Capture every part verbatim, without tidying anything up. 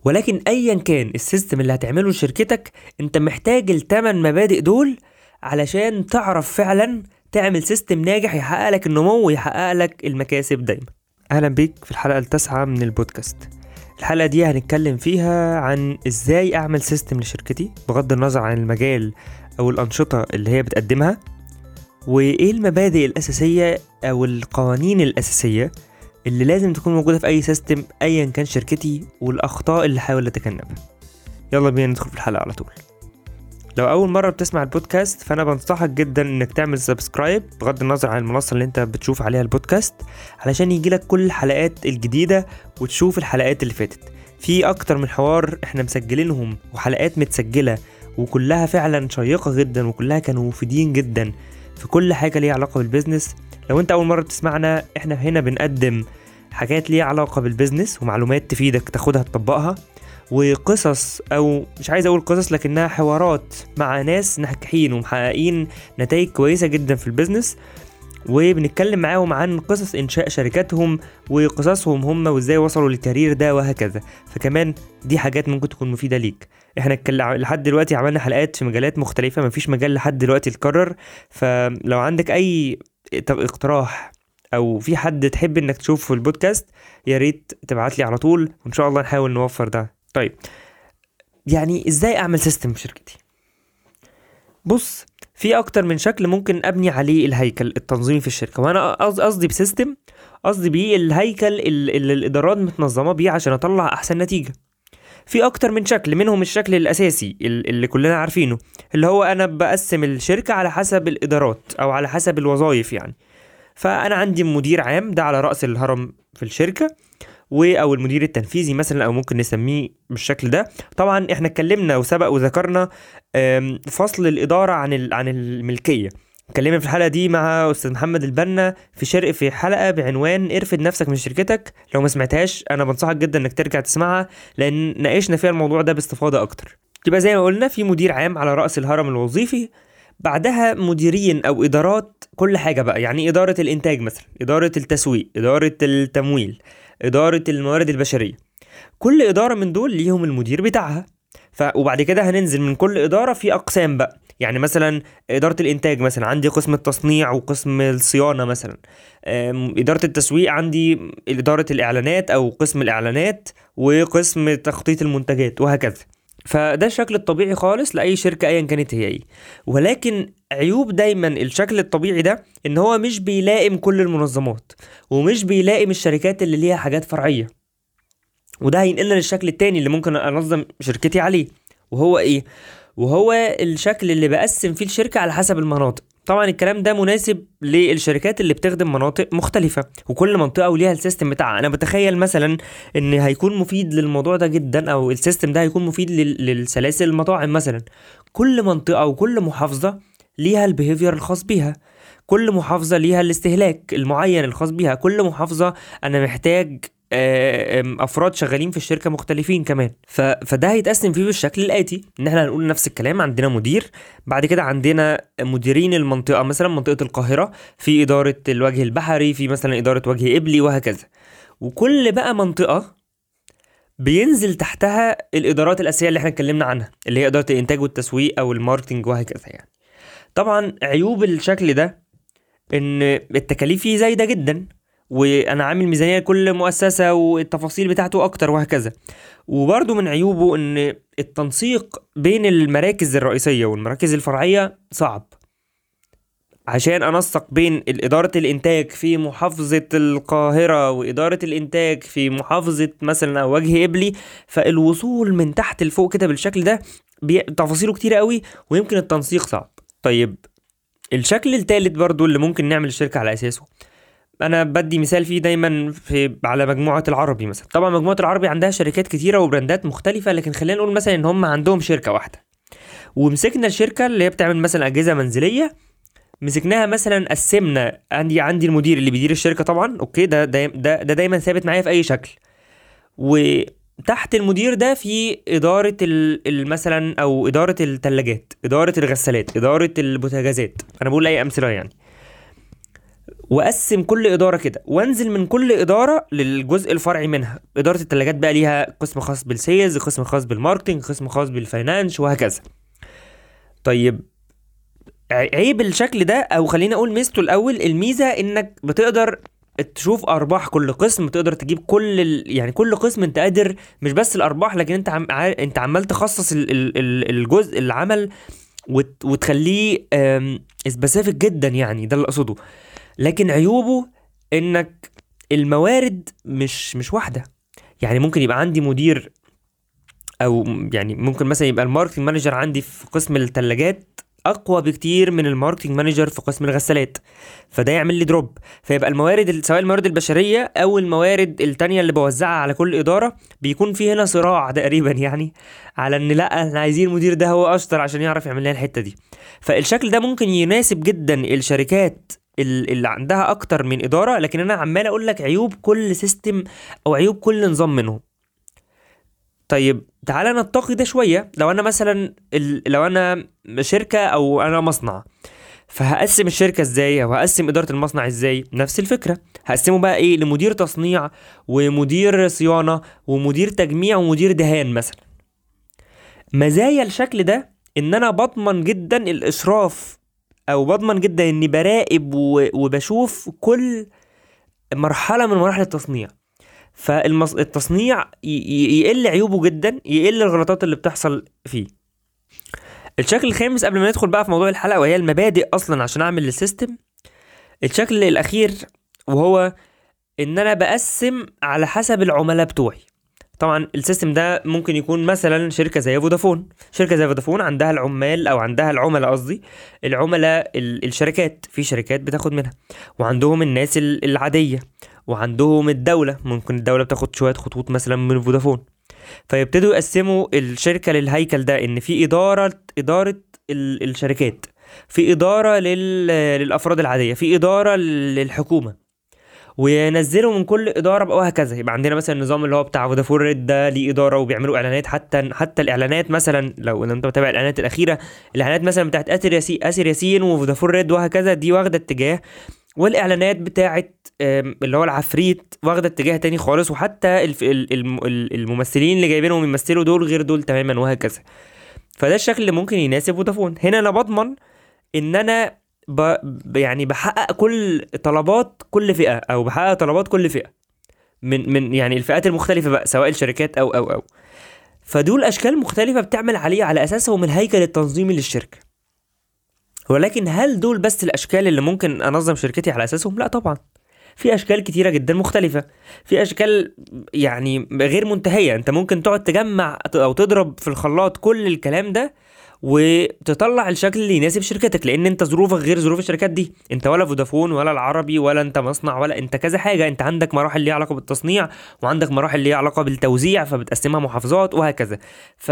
ولكن ايا كان السيستم اللي هتعمله لشركتك، انت محتاج الثمان مبادئ دول علشان تعرف فعلا تعمل سيستم ناجح يحقق لك النمو ويحقق لك المكاسب دايما. اهلا بيك في الحلقة التاسعة من البودكاست. الحلقة دي هنتكلم فيها عن ازاي اعمل سيستم لشركتي بغض النظر عن المجال او الانشطة اللي هي بتقدمها، وايه المبادئ الاساسية او القوانين الاساسية اللي لازم تكون موجودة في اي سيستم ايا كان شركتي، والاخطاء اللي حاول اتجنبها. يلا بينا ندخل في الحلقة على طول. لو اول مرة بتسمع البودكاست فانا بنصحك جدا انك تعمل سبسكرايب بغض النظر عن المنصة اللي انت بتشوف عليها البودكاست، علشان يجيلك كل الحلقات الجديدة وتشوف الحلقات اللي فاتت. في اكتر من حوار احنا مسجلينهم وحلقات متسجلة وكلها فعلا شيقة جدا وكلها كانوا مفيدين جدا في كل حاجة ليها علاقة بالبيزنس. لو انت اول مرة بتسمعنا، احنا هنا بنقدم حاجات ليها علاقة بالبيزنس ومعلومات تفيدك تاخدها تطبقها، وقصص او مش عايز اقول قصص لكنها حوارات مع ناس ناجحين ومحققين نتائج كويسة جدا في البيزنس، وبنتكلم معاهم عن قصص انشاء شركاتهم وقصصهم هم وازاي وصلوا للكارير ده وهكذا. فكمان دي حاجات ممكن تكون مفيدة ليك. احنا لحد دلوقتي عملنا حلقات في مجالات مختلفة، مفيش مجال لحد دلوقتي اتكرر. فلو عندك اي اقتراح او في حد تحب انك تشوفه في البودكاست، يا ريت تبعت لي على طول وان شاء الله نحاول نوفر ده. طيب، يعني ازاي اعمل سيستم في شركتي؟ بص، في اكتر من شكل ممكن ابني عليه الهيكل التنظيمي في الشركة، وانا قصدي بسيستم قصدي بيه الهيكل اللي الادارات متنظمة بيه عشان اطلع احسن نتيجة. في اكتر من شكل، منهم الشكل الاساسي اللي كلنا عارفينه، اللي هو انا بقسم الشركة على حسب الادارات او على حسب الوظائف. يعني فانا عندي مدير عام، ده على رأس الهرم في الشركة، او المدير التنفيذي مثلا، او ممكن نسميه بالشكل ده. طبعا احنا اتكلمنا وسبق وذكرنا فصل الاداره عن عن الملكيه. اتكلمنا في الحلقه دي مع استاذ محمد البنا في شرق في حلقه بعنوان ارفد نفسك من شركتك. لو ما سمعتهاش انا بنصحك جدا انك ترجع تسمعها، لان ناقشنا فيها الموضوع ده باستفاضه اكتر. يبقى زي ما قلنا، في مدير عام على راس الهرم الوظيفي، بعدها مديرين او ادارات كل حاجه بقى. يعني اداره الانتاج مثلا، اداره التسويق، اداره التمويل، إدارة الموارد البشرية. كل إدارة من دول ليهم المدير بتاعها. ف... وبعد كده هننزل من كل إدارة في أقسام بقى. يعني مثلا إدارة الإنتاج مثلا عندي قسم التصنيع وقسم الصيانة مثلا. إدارة التسويق عندي إدارة الإعلانات أو قسم الإعلانات وقسم تخطيط المنتجات وهكذا. فده الشكل الطبيعي خالص لأي شركة أيا كانت هي ايه. ولكن عيوب دايما الشكل الطبيعي ده ان هو مش بيلائم كل المنظمات، ومش بيلائم الشركات اللي ليها حاجات فرعية. وده هينقلنا للشكل التاني اللي ممكن انظم شركتي عليه، وهو ايه؟ وهو الشكل اللي بقسم فيه الشركة على حسب المناطق. طبعا الكلام ده مناسب للشركات اللي بتخدم مناطق مختلفة، وكل منطقة وليها السيستم بتاعها. انا بتخيل مثلا ان هيكون مفيد للموضوع ده جدا، او السيستم ده هيكون مفيد للسلاسل المطاعم مثلا. كل منطقة وكل محافظة ليها البيهيفير الخاص بيها، كل محافظة ليها الاستهلاك المعين الخاص بيها، كل محافظة انا محتاج افراد شغالين في الشركه مختلفين كمان. فده هيتقسم فيه بالشكل الاتي، ان احنا هنقول نفس الكلام. عندنا مدير، بعد كده عندنا مديرين المنطقه، مثلا منطقه القاهره في اداره الوجه البحري، في مثلا اداره وجه ابلي وهكذا. وكل بقى منطقه بينزل تحتها الادارات الاساسيه اللي احنا اتكلمنا عنها، اللي هي اداره الانتاج والتسويق او الماركتنج وهكذا. يعني طبعا عيوب الشكل ده ان التكاليف فيه زايده جدا، وانا عامل ميزانية لكل مؤسسة والتفاصيل بتاعته اكتر وهكذا. وبرضو من عيوبه ان التنسيق بين المراكز الرئيسية والمراكز الفرعية صعب. عشان انسق بين ادارة الانتاج في محافظة القاهرة وادارة الانتاج في محافظة مثلا او وجه ابلي، فالوصول من تحت لفوق كده بالشكل ده تفاصيله كتيرة قوي، ويمكن التنسيق صعب. طيب، الشكل الثالث برضو اللي ممكن نعمل الشركة على اساسه، انا بدي مثال فيه دايما في على مجموعة العربي مثلا. طبعا مجموعة العربي عندها شركات كتيرة وبراندات مختلفة، لكن خلينا نقول مثلا ان هم عندهم شركة واحدة، ومسكنا الشركة اللي هي بتعمل مثلا اجهزة منزلية، مسكناها مثلا قسمنا. عندي عندي المدير اللي بيدير الشركة طبعا، اوكي، ده ده ده, ده دايما ثابت معايا في اي شكل. وتحت المدير ده في ادارة مثلا او ادارة الثلاجات، ادارة الغسالات، ادارة البوتاجازات، انا بقول اي امثلة يعني. واقسم كل اداره كده، وانزل من كل اداره للجزء الفرعي منها. اداره الثلاجات بقى ليها قسم خاص بالسيلز، قسم خاص بالماركتنج، قسم خاص بالفاينانس، وهكذا. طيب عيب الشكل ده، او خلينا اقول ميزته الاول. الميزه انك بتقدر تشوف ارباح كل قسم، تقدر تجيب كل ال... يعني كل قسم انت قادر، مش بس الارباح، لكن انت عم... انت عمال تخصص ال... ال... الجزء العمل وت... وتخليه سبيسيفيك جدا، يعني ده اللي اقصده. لكن عيوبه انك الموارد مش مش واحده. يعني ممكن يبقى عندي مدير، او يعني ممكن مثلا يبقى الماركتنج مانجر عندي في قسم الثلاجات اقوى بكتير من الماركتنج مانجر في قسم الغسالات، فده يعمل لي دروب. فيبقى الموارد، سواء الموارد البشريه او الموارد التانية اللي بوزعها على كل اداره، بيكون في هنا صراع تقريبا يعني على ان لا، احنا عايزين المدير ده هو اشطر عشان يعرف يعمل لنا الحته دي. فالشكل ده ممكن يناسب جدا الشركات اللي عندها اكتر من اداره. لكن انا عمال اقول لك عيوب كل سيستم او عيوب كل نظام منهم. طيب تعالى نتقي ده شويه. لو انا مثلا ال... لو انا شركه او انا مصنع، فهقسم الشركه ازاي، او هقسم اداره المصنع ازاي؟ نفس الفكره. هقسمه بقى ايه؟ لمدير تصنيع، ومدير صيانه، ومدير تجميع، ومدير دهان مثلا. مزايا الشكل ده ان انا بضمن جدا الاشراف، او بضمن جدا اني براقب وبشوف كل مرحله من مراحل التصنيع. فالتصنيع يقل عيوبه جدا، يقل الغلطات اللي بتحصل فيه. الشكل الخامس قبل ما ندخل بقى في موضوع الحلقه، وهي المبادئ اصلا عشان اعمل السيستم. الشكل الاخير وهو ان انا بقسم على حسب العملاء بتوعي. طبعا السيستم ده ممكن يكون مثلا شركه زي فودافون. شركه زي فودافون عندها العمال، او عندها العملاء قصدي، العملاء الشركات، في شركات بتاخد منها، وعندهم الناس العاديه، وعندهم الدوله، ممكن الدوله بتاخد شويه خطوط مثلا من فودافون. فيبتدوا يقسموا الشركه للهيكل ده، ان في اداره اداره الشركات، في اداره للافراد العاديه، في اداره للحكومه، وينزلوا من كل اداره بقى، وهكذا. يبقى عندنا مثلا النظام اللي هو بتاع فودافون ريد ده ليه اداره، وبيعملوا اعلانات. حتى حتى الاعلانات مثلا، لو انت متابع الاعلانات الاخيره، الاعلانات مثلا بتاعت اسر ياسين اسر ياسين وفودافون ريد وهكذا، دي واخده اتجاه. والاعلانات بتاعت اللي هو العفريت واخده اتجاه تاني خالص. وحتى الممثلين اللي جايبينهم يمثلوا دول غير دول تماما، وهكذا. فده الشكل اللي ممكن يناسب فودافون. هنا انا بضمن ان انا ب... يعني بحقق كل طلبات كل فئة، او بحقق طلبات كل فئة من من يعني الفئات المختلفة بقى، سواء الشركات او او او فدول اشكال مختلفة بتعمل عليه على اساسهم الهيكل التنظيمي للشركة. ولكن هل دول بس الاشكال اللي ممكن انظم شركتي على اساسهم؟ لا طبعا، في اشكال كتيرة جدا مختلفة، في اشكال يعني غير منتهية. انت ممكن تقعد تجمع او تضرب في الخلاط كل الكلام ده وتطلع الشكل اللي يناسب شركتك، لان انت ظروفك غير ظروف الشركات دي. انت ولا فودافون ولا العربي ولا انت مصنع ولا انت كذا حاجة. انت عندك مراحل ليها علاقة بالتصنيع، وعندك مراحل ليها علاقة بالتوزيع، فبتقسمها محافظات وهكذا. ف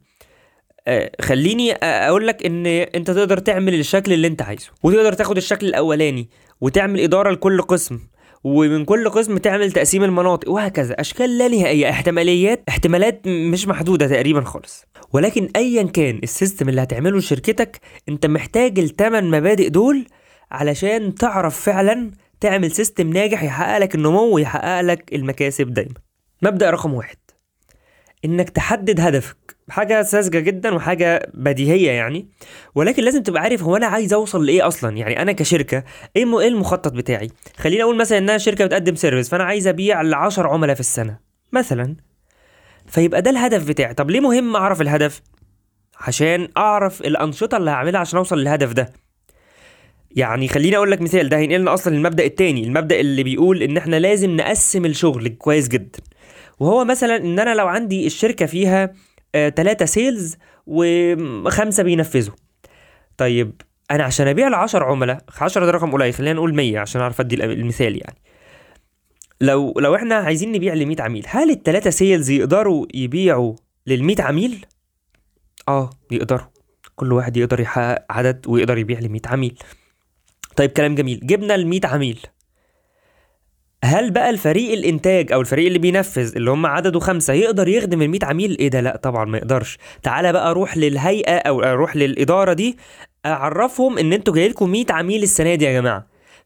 خليني اقول لك ان انت تقدر تعمل الشكل اللي انت عايزه، وتقدر تاخد الشكل الاولاني وتعمل ادارة لكل قسم، ومن كل قسم تعمل تقسيم المناطق، وهكذا. اشكال لا نهائيه، احتماليات احتمالات مش محدوده تقريبا خالص. ولكن ايا كان السيستم اللي هتعمله لشركتك، انت محتاج الثمان مبادئ دول علشان تعرف فعلا تعمل سيستم ناجح يحقق لك النمو ويحقق لك المكاسب دايما. مبدأ رقم واحد، انك تحدد هدفك. حاجه ساذجه جدا وحاجه بديهيه يعني، ولكن لازم تبقى عارف هو انا عايز اوصل لايه اصلا. يعني انا كشركه ايه المخطط بتاعي؟ خلينا اقول مثلا انها شركه بتقدم سيرفيس، فانا عايز ابيع لعشر عملاء في السنه مثلا، فيبقى ده الهدف بتاعي. طب ليه مهم اعرف الهدف؟ عشان اعرف الانشطه اللي هعملها عشان اوصل للهدف ده. يعني خليني اقول لك مثال، ده هينقلنا اصلا للمبدأ التاني، المبدأ اللي بيقول ان احنا لازم نقسم الشغل كويس جدا. وهو مثلا ان انا لو عندي الشركه فيها آه تلاتة سيلز وخمسة بينفذوا، طيب انا عشان ابيع لعشر عملاء، عشرة ده رقم قليل، خلينا نقول مية عشان اعرف ادي المثال. يعني لو لو احنا عايزين نبيع لمية عميل، هل التلاتة سيلز يقدروا يبيعوا للمية عميل؟ اه يقدروا، كل واحد يقدر يحقق عدد ويقدر يبيع لمية عميل. طيب كلام جميل، جبنا المية عميل، هل بقى الفريق الانتاج او الفريق اللي بينفذ اللي هم عدده خمسة يقدر يخدم المية عميل؟ ايه ده، لا طبعا ما يقدرش. تعالى بقى اروح للهيئة او اروح للادارة دي، اعرفهم ان انتوا جايلكم مية عميل السنة دي يا جماعة،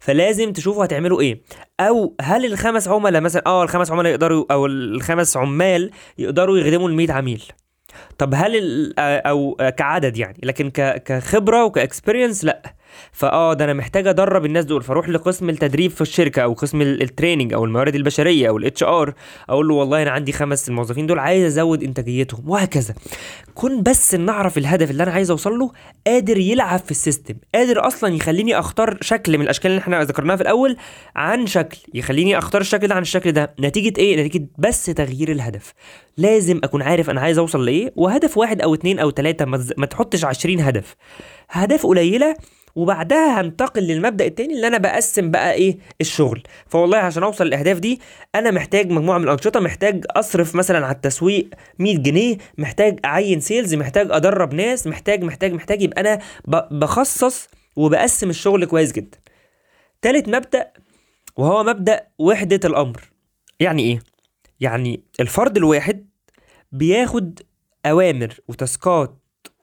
فلازم تشوفوا هتعملوا ايه. او هل الخمس عملاء مثلا اه الخمس عملاء يقدروا، او الخمس عمال يقدروا يخدموا ال مية عميل. طب هل ال- آه، او آه، كعدد يعني، لكن ك كخبره وكاكسبيرينس لا. فاه ده انا محتاج ادرب الناس دول، فاروح لقسم التدريب في الشركه، او قسم ال- التريننج او الموارد البشريه او الاتش ار، اقول له والله انا عندي خمس الموظفين دول عايز ازود انتاجيتهم، وهكذا. كون بس ان اعرف الهدف اللي انا عايز اوصل له، قادر يلعب في السيستم، قادر اصلا يخليني اختار شكل من الاشكال اللي احنا ذكرناها في الاول عن شكل، يخليني اختار الشكل ده عن الشكل ده، نتيجه ايه؟ نتيجه بس تغيير الهدف. لازم اكون عارف انا عايز اوصل لايه، وهدف واحد او اتنين او تلاتة، ما تز- ما تحطش عشرين هدف، هدف قليله. وبعدها هنتقل للمبدأ التاني اللي انا بقسم بقى ايه الشغل. فوالله عشان اوصل للاهداف دي انا محتاج مجموعه من الانشطه، محتاج اصرف مثلا على التسويق مية جنيه، محتاج اعين سيلز، محتاج ادرب ناس، محتاج محتاج محتاج يبقى انا ب- بخصص وبقسم الشغل كويس جدا. تالت مبدأ وهو مبدأ وحدة الامر. يعني ايه؟ يعني الفرد الواحد بياخد اوامر وتاسكات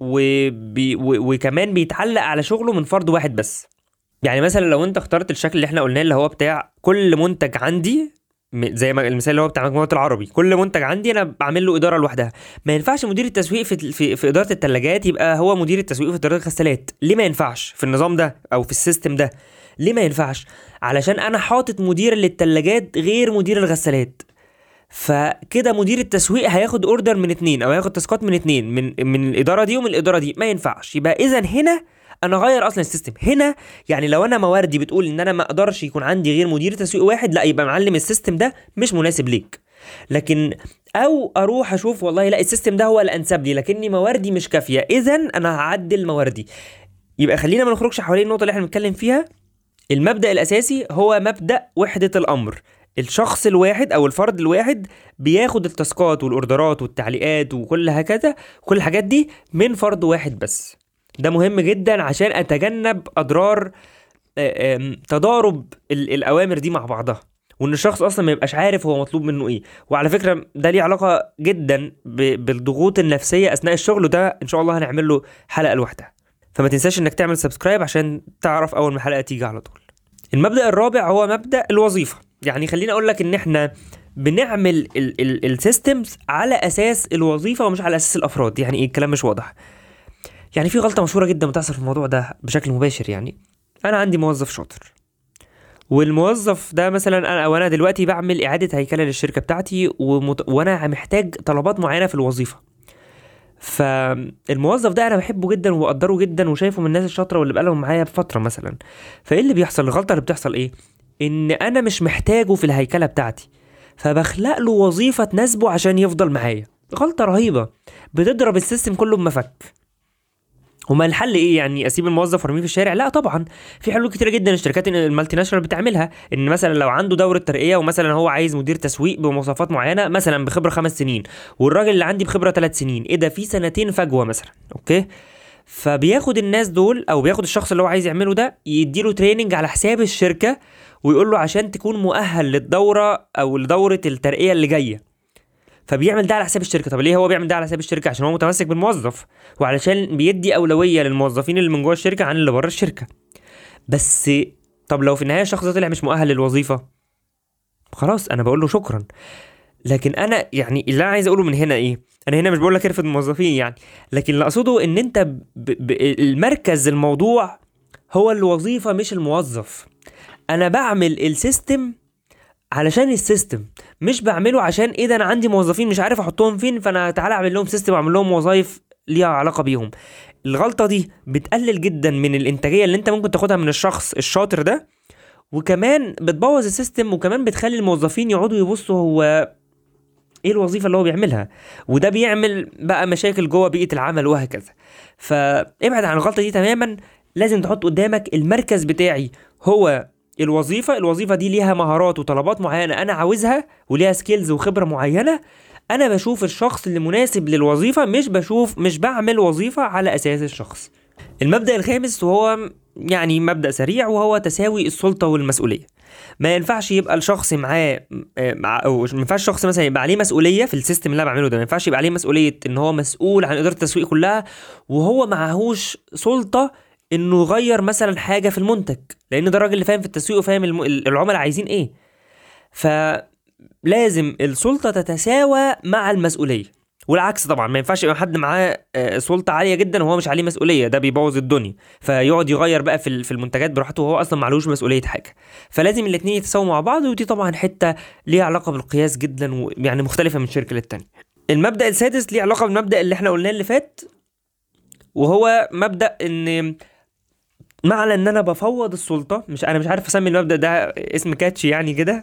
وبي و- وكمان بيتعلق على شغله من فرد واحد بس. يعني مثلا لو انت اخترت الشكل اللي احنا قلناه اللي هو بتاع كل منتج عندي، م- زي ما المثال اللي هو بتاع مجموعة العربي، كل منتج عندي انا بعمل له اداره لوحدها. ما ينفعش مدير التسويق في في, في اداره الثلاجات يبقى هو مدير التسويق في اداره الغسالات. ليه ما ينفعش في النظام ده او في السيستم ده؟ ليه ما ينفعش؟ علشان انا حاطط مدير للثلاجات غير مدير الغسالات. فكده مدير التسويق هياخد اوردر من اتنين، او هياخد تاسكات من اتنين، من من الاداره دي ومن الاداره دي، ما ينفعش. يبقى اذا هنا انا غير اصلا السيستم هنا. يعني لو انا مواردي بتقول ان انا ما اقدرش يكون عندي غير مدير تسويق واحد، لا يبقى معلم السيستم ده مش مناسب ليك. لكن او اروح اشوف والله لا السيستم ده هو الانسب لي لكني مواردي مش كافيه، اذا انا هعدل مواردي. يبقى خلينا ما نخرجش حوالين النقطه اللي احنا بنتكلم فيها. المبدأ الأساسي هو مبدأ وحدة الأمر. الشخص الواحد أو الفرد الواحد بياخد التاسكات والأوردرات والتعليقات وكل هكذا، كل الحاجات دي من فرد واحد بس. ده مهم جدا عشان أتجنب أضرار آه، آم، تضارب ال- الأوامر دي مع بعضها، وإن الشخص أصلا ما يبقاش عارف هو مطلوب منه إيه. وعلى فكرة ده ليه علاقة جدا ب- بالضغوط النفسية أثناء الشغل، وده إن شاء الله هنعمل له حلقة لوحدها. فما تنساش إنك تعمل سبسكرايب عشان تعرف أول ما الحلقة تيجي على طول. المبدأ الرابع هو مبدأ الوظيفة. يعني خليني اقول لك ان احنا بنعمل السيستمز على اساس الوظيفة ومش على اساس الافراد. يعني ايه؟ الكلام مش واضح. يعني في غلطة مشهورة جدا بتحصل في الموضوع ده بشكل مباشر. يعني انا عندي موظف شاطر، والموظف ده مثلا انا او انا دلوقتي بعمل اعادة هيكلة للشركة بتاعتي، ومت... وانا محتاج طلبات معينة في الوظيفة. فالموظف ده انا بحبه جدا وبقدره جدا وشايفه من الناس الشاطره واللي بقالهم معايا بفتره مثلا. فايه اللي بيحصل؟ الغلطه اللي بتحصل ايه؟ ان انا مش محتاجه في الهيكله بتاعتي، فبخلق له وظيفه تناسبه عشان يفضل معايا. غلطه رهيبه بتضرب السيستم كله بمفك. وما الحل ايه؟ يعني اسيب الموظف وارميه في الشارع؟ لا طبعا، في حلول كتيره جدا الشركات المالتي ناشونال بتعملها. ان مثلا لو عنده دوره ترقيه ومثلا هو عايز مدير تسويق بمواصفات معينه مثلا بخبره خمس سنين، والراجل اللي عندي بخبره ثلاث سنين، ايه ده؟ في سنتين فجوه مثلا، اوكي. فبياخد الناس دول او بياخد الشخص اللي هو عايز يعمله ده يديله تريننج على حساب الشركه، ويقول له عشان تكون مؤهل للدوره او لدوره الترقيه اللي جايه. فبيعمل ده على حساب الشركه. طب ليه هو بيعمل ده على حساب الشركه؟ عشان هو متمسك بالموظف، وعلشان بيدي اولويه للموظفين اللي من جوه الشركه عن اللي بره الشركه. بس طب لو في النهايه الشخص ده طلع مش مؤهل للوظيفه، خلاص انا بقول له شكرا. لكن انا يعني اللي انا عايز اقوله من هنا ايه؟ انا هنا مش بقول لك ارفض الموظفين يعني، لكن اللي اقصده ان انت ب... ب... المركز الموضوع هو الوظيفه مش الموظف. انا بعمل السيستم علشان السيستم، مش بعمله عشان ايه ده انا عندي موظفين مش عارف احطهم فين، فانا تعالى اعمل لهم سيستم واعمل لهم وظايف ليها علاقه بيهم. الغلطه دي بتقلل جدا من الانتاجيه اللي انت ممكن تاخدها من الشخص الشاطر ده، وكمان بتبوظ السيستم، وكمان بتخلي الموظفين يقعدوا يبصوا هو ايه الوظيفه اللي هو بيعملها، وده بيعمل بقى مشاكل جوه بيئه العمل وهكذا. فابعد عن الغلطه دي تماما. لازم تحط قدامك المركز بتاعي هو الوظيفه. الوظيفه دي ليها مهارات وطلبات معينه انا عاوزها، وليها سكيلز وخبره معينه. انا بشوف الشخص اللي مناسب للوظيفه، مش بشوف مش بعمل وظيفه على اساس الشخص. المبدأ الخامس وهو يعني مبدأ سريع، وهو تساوي السلطة والمسؤولية. ما ينفعش يبقى الشخص معاه مع او ما ينفعش الشخص مثلا يبقى عليه مسؤولية في السيستم اللي انا بعمله ده. ما ينفعش يبقى عليه مسؤولية ان هو مسؤول عن إدارة التسويق كلها وهو معهوش سلطة انه يغير مثلا حاجه في المنتج، لان ده الراجل اللي فاهم في التسويق وفاهم الم... العملاء عايزين ايه. فلازم السلطه تتساوى مع المسؤوليه، والعكس طبعا. ما ينفعش يبقى حد معاه آه، سلطه عاليه جدا وهو مش عليه مسؤوليه، ده بيبوظ الدنيا، فيقعد يغير بقى في ال- في المنتجات براحته وهو اصلا معلوش مسؤوليه حاجه. فلازم الاثنين يتساووا مع بعض، ودي طبعا حته ليها علاقه بالقياس جدا، ويعني مختلفه من شركه للتانيه. المبدا السادس ليه علاقه بالمبدا اللي احنا قلناه اللي فات، وهو مبدا ان معنى ان انا بفوض السلطه، مش انا مش عارف اسمي المبدا ده اسم كاتشي يعني كده،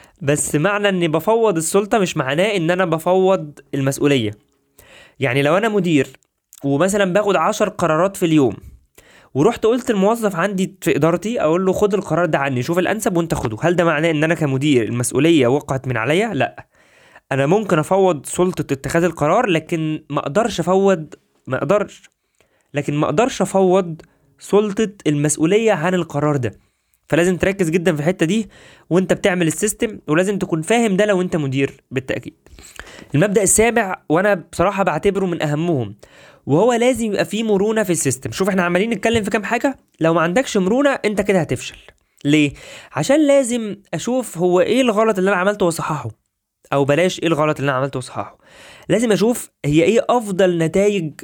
بس معنى اني بفوض السلطه مش معناه ان انا بفوض المسؤوليه. يعني لو انا مدير ومثلا باخد عشر قرارات في اليوم، ورحت قلت الموظف عندي في ادارتي اقول له خد القرار ده عني، شوف الانسب وانت خده، هل ده معناه ان انا كمدير المسؤوليه وقعت من عليا؟ لا، انا ممكن افوض سلطه اتخاذ القرار، لكن ما اقدرش افوض ما اقدرش لكن ما اقدرش افوض سلطه المسؤوليه عن القرار ده. فلازم تركز جدا في الحته دي وانت بتعمل السيستم، ولازم تكون فاهم ده لو انت مدير بالتاكيد. المبدأ السابع وانا بصراحة بعتبره من اهمهم، وهو لازم يبقى فيه مرونة في السيستم. شوف احنا عمالين نتكلم في كام حاجة، لو ما عندكش مرونة انت كده هتفشل. ليه؟ عشان لازم اشوف هو ايه الغلط اللي انا عملته واصححه، او بلاش ايه الغلط اللي انا عملته واصححه، لازم اشوف هي ايه افضل نتائج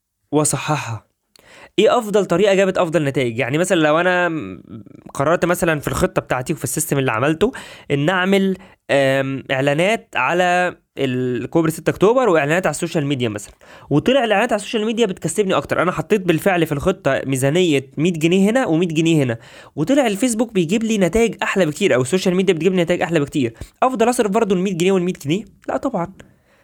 واصححها، ايه افضل طريقه جابت افضل نتائج. يعني مثلا لو انا م- قررت مثلا في الخطه بتاعتي وفي السيستم اللي عملته ان اعمل آم، اعلانات على الكوبري ستة اكتوبر واعلانات على السوشيال ميديا مثلا، وطلع الاعلانات على السوشيال ميديا بتكسبني اكتر، انا حطيت بالفعل في الخطه ميزانيه مية جنيه هنا و100 جنيه هنا، وطلع الفيسبوك بيجيب لي نتائج احلى بكتير، او السوشيال ميديا بتجيب لي نتائج احلى بكتير، افضل اصرف برضو ال مية جنيه وال مية جنيه؟ لا طبعا،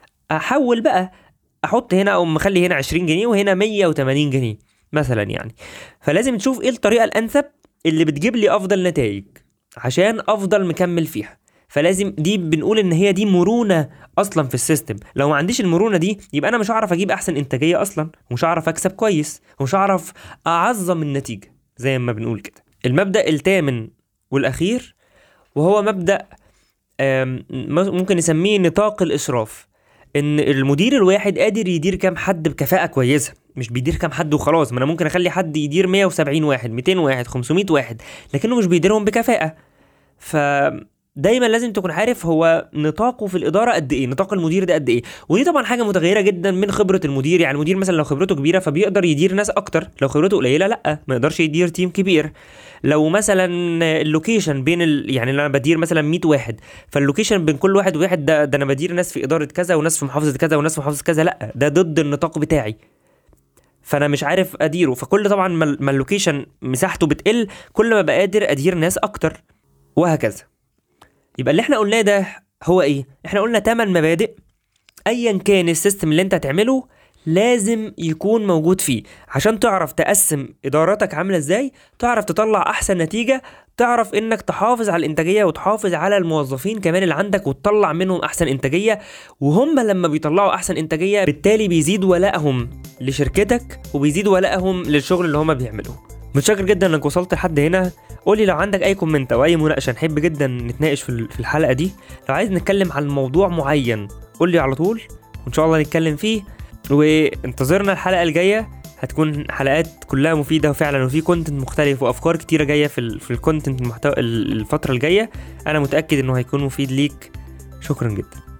احول بقى، احط هنا او مخلي هنا عشرين جنيه وهنا مية وتمانين جنيه مثلا يعني. فلازم تشوف ايه الطريقه الانسب اللي بتجيب لي افضل نتائج عشان افضل مكمل فيها. فلازم دي بنقول ان هي دي مرونه اصلا في السيستم. لو ما عنديش المرونه دي يبقى انا مش هعرف اجيب احسن انتاجيه اصلا، ومش هعرف اكسب كويس، ومش هعرف اعظم النتيجه زي ما بنقول كده. المبدا الثامن والاخير وهو مبدا آم، ممكن نسميه نطاق الاشراف، ان المدير الواحد قادر يدير كام حد بكفاءة كويسة، مش بيدير كام حد وخلاص. ما انا ممكن اخلي حد يدير مية وسبعين واحد، ميتين واحد، خمسمية واحد، لكنه مش بيديرهم بكفاءة. فدايما لازم تكون عارف هو نطاقه في الاداره قد ايه، نطاق المدير ده قد ايه. ودي طبعا حاجه متغيره جدا من خبره المدير. يعني المدير مثلا لو خبرته كبيره فبيقدر يدير ناس اكتر، لو خبرته قليله لا، ما يقدرش يدير تيم كبير. لو مثلا اللوكيشن بين ال... يعني انا بدير مثلا مية واحد، فاللوكيشن بين كل واحد وواحد ده, ده انا بدير ناس في اداره كذا وناس في محافظه كذا وناس في محافظه كذا، لا ده ضد النطاق بتاعي، فانا مش عارف اديره. فكل طبعا ما ما اللوكيشن مساحته بتقل كل ما بقى قادر ادير ناس اكتر، وهكذا. يبقى اللي احنا قلناه ده هو ايه؟ احنا قلنا تمن مبادئ ايا كان السيستم اللي انت هتعمله لازم يكون موجود فيه، عشان تعرف تقسم ادارتك عامله ازاي، تعرف تطلع احسن نتيجه، تعرف انك تحافظ على الانتاجيه وتحافظ على الموظفين كمان اللي عندك وتطلع منهم احسن انتاجيه. وهم لما بيطلعوا احسن انتاجيه بالتالي بيزيد ولائهم لشركتك وبيزيد ولائهم للشغل اللي هم بيعملوه. متشكر جدا انك وصلت لحد هنا. قولي لو عندك اي كومنت او اي مناقشه، نحب جدا نتناقش في في الحلقه دي. لو عايز نتكلم عن موضوع معين قولي على طول وان شاء الله نتكلم فيه. وانتظرنا الحلقه الجايه، هتكون حلقات كلها مفيده وفعلا، وفي كونتنت مختلف وافكار كتيره جايه في ال في الكونتنت المحتوى الفتره الجايه. انا متاكد انه هيكون مفيد ليك. شكرا جدا.